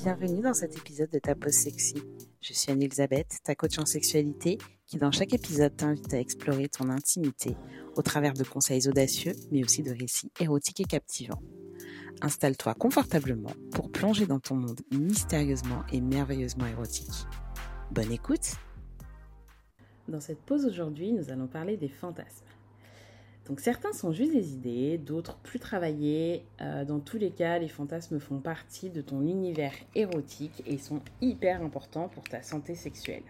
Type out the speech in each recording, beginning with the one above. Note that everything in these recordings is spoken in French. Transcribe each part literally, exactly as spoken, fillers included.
Bienvenue dans cet épisode de Ta Pause Sexy. Je suis Anne-Elisabeth, ta coach en sexualité, qui dans chaque épisode t'invite à explorer ton intimité au travers de conseils audacieux, mais aussi de récits érotiques et captivants. Installe-toi confortablement pour plonger dans ton monde mystérieusement et merveilleusement érotique. Bonne écoute! Dans cette pause aujourd'hui, nous allons parler des fantasmes. Donc certains sont juste des idées, d'autres plus travaillés. Euh, dans tous les cas, les fantasmes font partie de ton univers érotique et sont hyper importants pour ta santé sexuelle.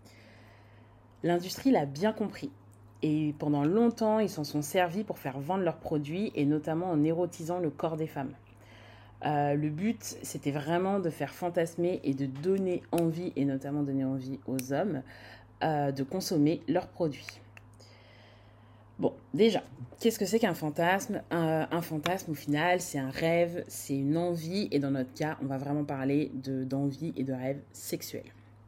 L'industrie l'a bien compris et pendant longtemps, ils s'en sont servis pour faire vendre leurs produits et notamment en érotisant le corps des femmes. Euh, le but, c'était vraiment de faire fantasmer et de donner envie, et notamment donner envie aux hommes, euh, de consommer leurs produits. Bon, déjà, qu'est-ce que c'est qu'un fantasme ? un, un fantasme, au final, c'est un rêve, c'est une envie, et dans notre cas, on va vraiment parler de, d'envie et de rêve sexuel.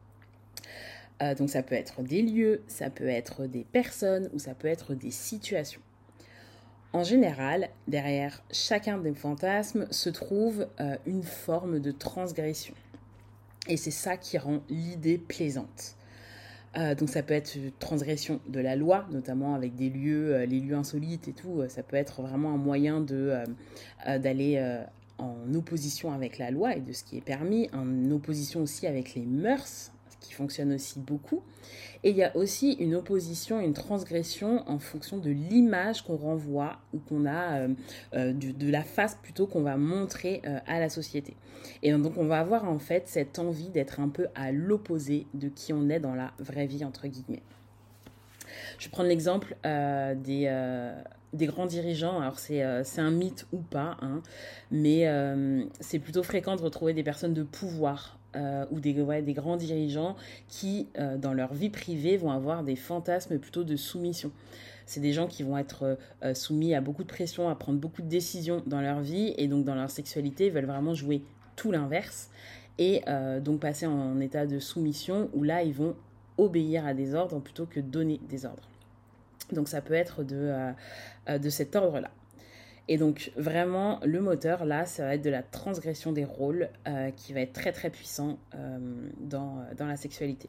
Euh, donc ça peut être des lieux, ça peut être des personnes, ou ça peut être des situations. En général, derrière chacun des fantasmes se trouve euh, une forme de transgression. Et c'est ça qui rend l'idée plaisante. Euh, donc ça peut être une transgression de la loi, notamment avec des lieux, euh, les lieux insolites et tout. Ça peut être vraiment un moyen de, euh, euh, d'aller euh, en opposition avec la loi et de ce qui est permis, en opposition aussi avec les mœurs, ce qui fonctionne aussi beaucoup. Et il y a aussi une opposition, une transgression en fonction de l'image qu'on renvoie ou qu'on a, euh, euh, de, de la face plutôt qu'on va montrer euh, à la société. Et donc on va avoir en fait cette envie d'être un peu à l'opposé de qui on est dans la vraie vie, entre guillemets. Je vais prendre l'exemple euh, des, euh, des grands dirigeants. Alors c'est, euh, c'est un mythe ou pas, hein, mais euh, c'est plutôt fréquent de retrouver des personnes de pouvoir Euh, ou des, ouais, des grands dirigeants qui, euh, dans leur vie privée, vont avoir des fantasmes plutôt de soumission. C'est des gens qui vont être euh, soumis à beaucoup de pression, à prendre beaucoup de décisions dans leur vie, et donc dans leur sexualité, ils veulent vraiment jouer tout l'inverse, et euh, donc passer en état de soumission, où là, ils vont obéir à des ordres plutôt que donner des ordres. Donc ça peut être de, euh, de cet ordre-là. Et donc vraiment le moteur là, ça va être de la transgression des rôles euh, qui va être très très puissant euh, dans, dans la sexualité.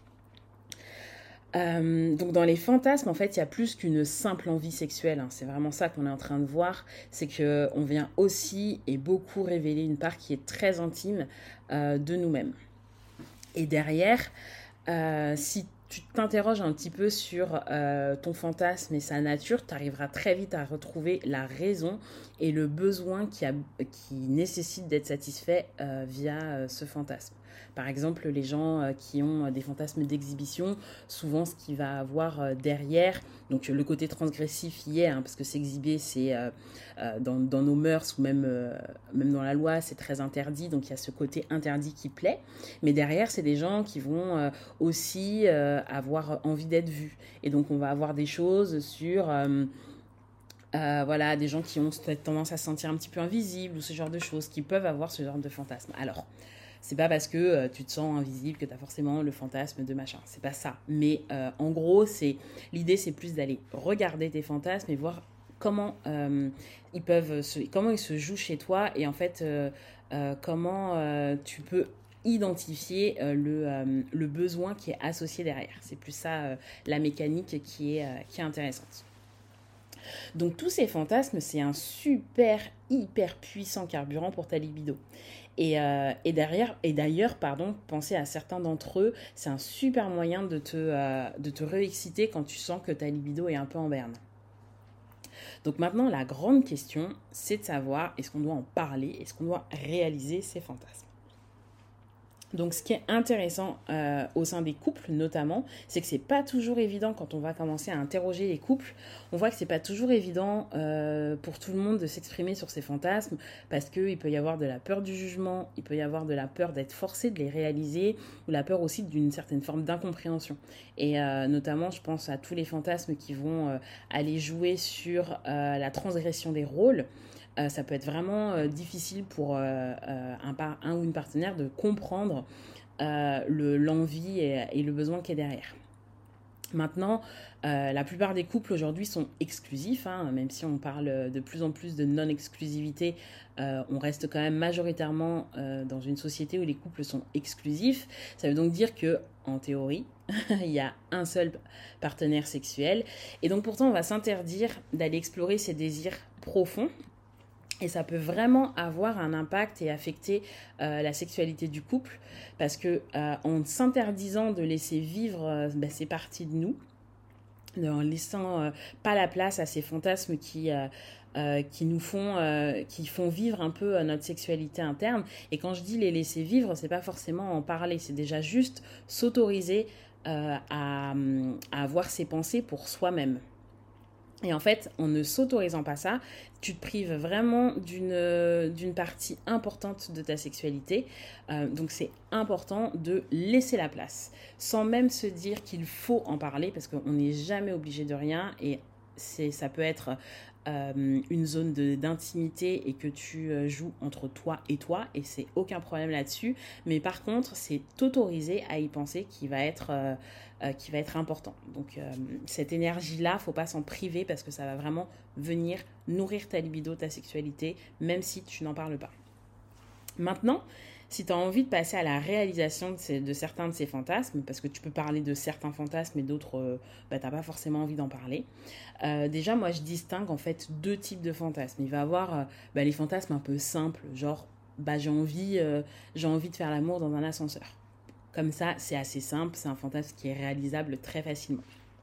Euh, donc dans les fantasmes, en fait, il y a plus qu'une simple envie sexuelle, hein. C'est vraiment ça qu'on est en train de voir, c'est qu'on vient aussi et beaucoup révéler une part qui est très intime euh, de nous-mêmes. Et derrière, euh, si tu t'interroges un petit peu sur euh, ton fantasme et sa nature, tu arriveras très vite à retrouver la raison et le besoin qui, a, qui nécessite d'être satisfait euh, via euh, ce fantasme. Par exemple, les gens euh, qui ont des fantasmes d'exhibition, souvent ce qu'il va avoir euh, derrière, donc le côté transgressif y est, hein, parce que s'exhiber, c'est euh, euh, dans, dans nos mœurs ou même, euh, même dans la loi, c'est très interdit, donc il y a ce côté interdit qui plaît. Mais derrière, c'est des gens qui vont euh, aussi euh, avoir envie d'être vus. Et donc, on va avoir des choses sur... Euh, Euh, voilà, des gens qui ont tendance à se sentir un petit peu invisibles ou ce genre de choses, qui peuvent avoir ce genre de fantasme. Alors, c'est pas parce que euh, tu te sens invisible que tu as forcément le fantasme de machin, c'est pas ça. Mais euh, en gros, c'est, l'idée c'est plus d'aller regarder tes fantasmes et voir comment, euh, ils, peuvent se, comment ils se jouent chez toi et en fait, euh, euh, comment euh, tu peux identifier euh, le, euh, le besoin qui est associé derrière. C'est plus ça, euh, la mécanique qui est, euh, qui est intéressante. Donc tous ces fantasmes, c'est un super, hyper puissant carburant pour ta libido. Et, euh, et, derrière, et d'ailleurs, pardon, penser à certains d'entre eux, c'est un super moyen de te, euh, de te réexciter quand tu sens que ta libido est un peu en berne. Donc maintenant, la grande question, c'est de savoir, est-ce qu'on doit en parler, est-ce qu'on doit réaliser ces fantasmes ? Donc, ce qui est intéressant euh, au sein des couples, notamment, c'est que c'est pas toujours évident quand on va commencer à interroger les couples. On voit que c'est pas toujours évident euh, pour tout le monde de s'exprimer sur ces fantasmes parce qu'il peut y avoir de la peur du jugement, il peut y avoir de la peur d'être forcé de les réaliser ou la peur aussi d'une certaine forme d'incompréhension. Et euh, notamment, je pense à tous les fantasmes qui vont euh, aller jouer sur euh, la transgression des rôles. Euh, ça peut être vraiment euh, difficile pour euh, euh, un, par, un ou une partenaire de comprendre euh, le, l'envie et, et le besoin qui est derrière. Maintenant, euh, la plupart des couples aujourd'hui sont exclusifs, hein, même si on parle de plus en plus de non-exclusivité, euh, on reste quand même majoritairement euh, dans une société où les couples sont exclusifs. Ça veut donc dire que, en théorie, il y a un seul partenaire sexuel. Et donc pourtant, on va s'interdire d'aller explorer ces désirs profonds. Et ça peut vraiment avoir un impact et affecter euh, la sexualité du couple parce que euh, en s'interdisant de laisser vivre euh, bah, ces parties de nous, en laissant euh, pas la place à ces fantasmes qui euh, euh, qui nous font euh, qui font vivre un peu euh, notre sexualité interne. Et quand je dis les laisser vivre, c'est pas forcément en parler, c'est déjà juste s'autoriser euh, à, à avoir ses pensées pour soi-même. Et en fait, en ne s'autorisant pas ça, tu te prives vraiment d'une, d'une partie importante de ta sexualité. Euh, donc c'est important de laisser la place, sans même se dire qu'il faut en parler, parce qu'on n'est jamais obligé de rien. Et c'est, ça peut être euh, une zone de, d'intimité et que tu euh, joues entre toi et toi, et c'est aucun problème là-dessus. Mais par contre, c'est t'autoriser à y penser qui va être... Euh, Euh, qui va être important. Donc euh, cette énergie-là, faut pas s'en priver parce que ça va vraiment venir nourrir ta libido, ta sexualité, même si tu n'en parles pas. Maintenant, si tu as envie de passer à la réalisation de, ces, de certains de ces fantasmes, parce que tu peux parler de certains fantasmes et d'autres, euh, bah, tu n'as pas forcément envie d'en parler, euh, déjà, moi, je distingue en fait deux types de fantasmes. Il va y avoir euh, bah, les fantasmes un peu simples, genre bah, j'ai envie, euh, j'ai envie de faire l'amour dans un ascenseur. Comme ça, c'est assez simple, c'est un fantasme qui est réalisable très facilement.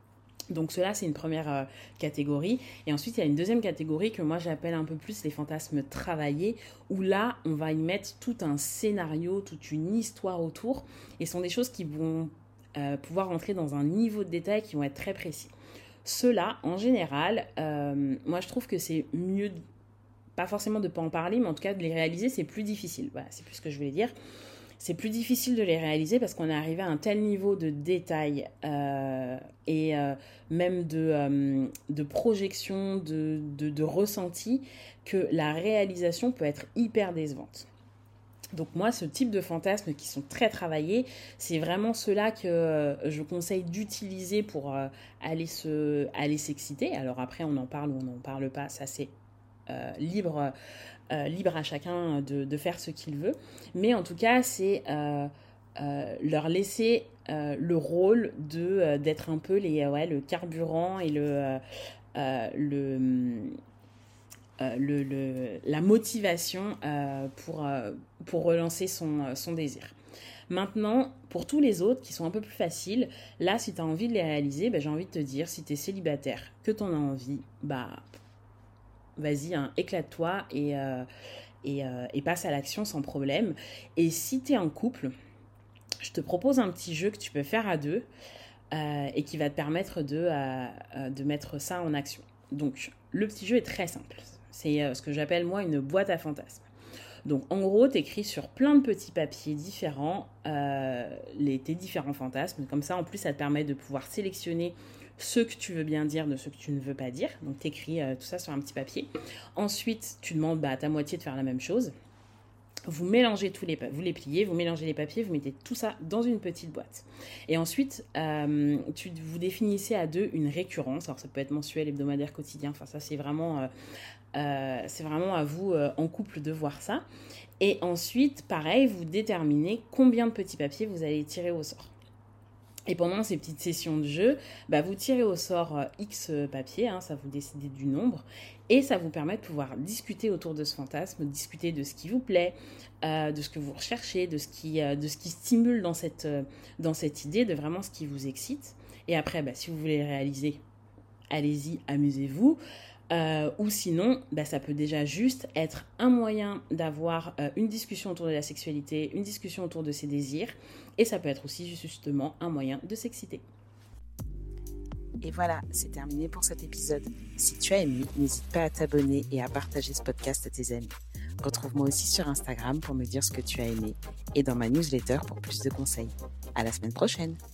Donc cela, c'est une première euh, catégorie. Et ensuite, il y a une deuxième catégorie que moi, j'appelle un peu plus les fantasmes travaillés, où là, on va y mettre tout un scénario, toute une histoire autour. Et ce sont des choses qui vont euh, pouvoir rentrer dans un niveau de détail qui vont être très précis. Ceux-là, en général, euh, moi, je trouve que c'est mieux, pas forcément de ne pas en parler, mais en tout cas, de les réaliser, c'est plus difficile. Voilà, c'est plus ce que je voulais dire. C'est plus difficile de les réaliser parce qu'on est arrivé à un tel niveau de détail euh, et euh, même de, euh, de projection, de, de, de ressenti, que la réalisation peut être hyper décevante. Donc moi, ce type de fantasmes qui sont très travaillés, c'est vraiment ceux-là que je conseille d'utiliser pour euh, aller, se, aller s'exciter. Alors après, on en parle ou on n'en parle pas, ça c'est euh, libre. Euh, libre à chacun de, de faire ce qu'il veut. Mais en tout cas, c'est euh, euh, leur laisser euh, le rôle de, euh, d'être un peu les, ouais, le carburant et le, euh, le, euh, le, le, la motivation euh, pour, euh, pour relancer son, son désir. Maintenant, pour tous les autres qui sont un peu plus faciles, là, si tu as envie de les réaliser, bah, j'ai envie de te dire, si tu es célibataire, que tu en as envie, bah... vas-y, hein, éclate-toi et, euh, et, euh, et passe à l'action sans problème. Et si tu es en couple, je te propose un petit jeu que tu peux faire à deux euh, et qui va te permettre de, euh, de mettre ça en action. Donc, le petit jeu est très simple. C'est euh, ce que j'appelle, moi, une boîte à fantasmes. Donc, en gros, tu écris sur plein de petits papiers différents euh, les, tes différents fantasmes. Comme ça, en plus, ça te permet de pouvoir sélectionner ce que tu veux bien dire de ce que tu ne veux pas dire. Donc, tu écris euh, tout ça sur un petit papier. Ensuite, tu demandes bah, à ta moitié de faire la même chose. Vous mélangez tous les vous les pliez, vous mélangez les papiers, vous mettez tout ça dans une petite boîte. Et ensuite, euh, tu, vous définissez à deux une récurrence. Alors, ça peut être mensuel, hebdomadaire, quotidien. Enfin, ça, c'est vraiment, euh, euh, c'est vraiment à vous, euh, en couple, de voir ça. Et ensuite, pareil, vous déterminez combien de petits papiers vous allez tirer au sort. Et pendant ces petites sessions de jeu, bah vous tirez au sort euh, X papiers, hein, ça vous décidez du nombre, et ça vous permet de pouvoir discuter autour de ce fantasme, discuter de ce qui vous plaît, euh, de ce que vous recherchez, de ce qui, euh, de ce qui stimule dans cette, euh, dans cette idée, de vraiment ce qui vous excite. Et après, bah, si vous voulez le réaliser, allez-y, amusez-vous. Euh, ou sinon, bah, ça peut déjà juste être un moyen d'avoir euh, une discussion autour de la sexualité, une discussion autour de ses désirs, et ça peut être aussi justement un moyen de s'exciter. Et voilà, c'est terminé pour cet épisode. Si tu as aimé, n'hésite pas à t'abonner et à partager ce podcast à tes amis. Retrouve-moi aussi sur Instagram pour me dire ce que tu as aimé et dans ma newsletter pour plus de conseils. À la semaine prochaine!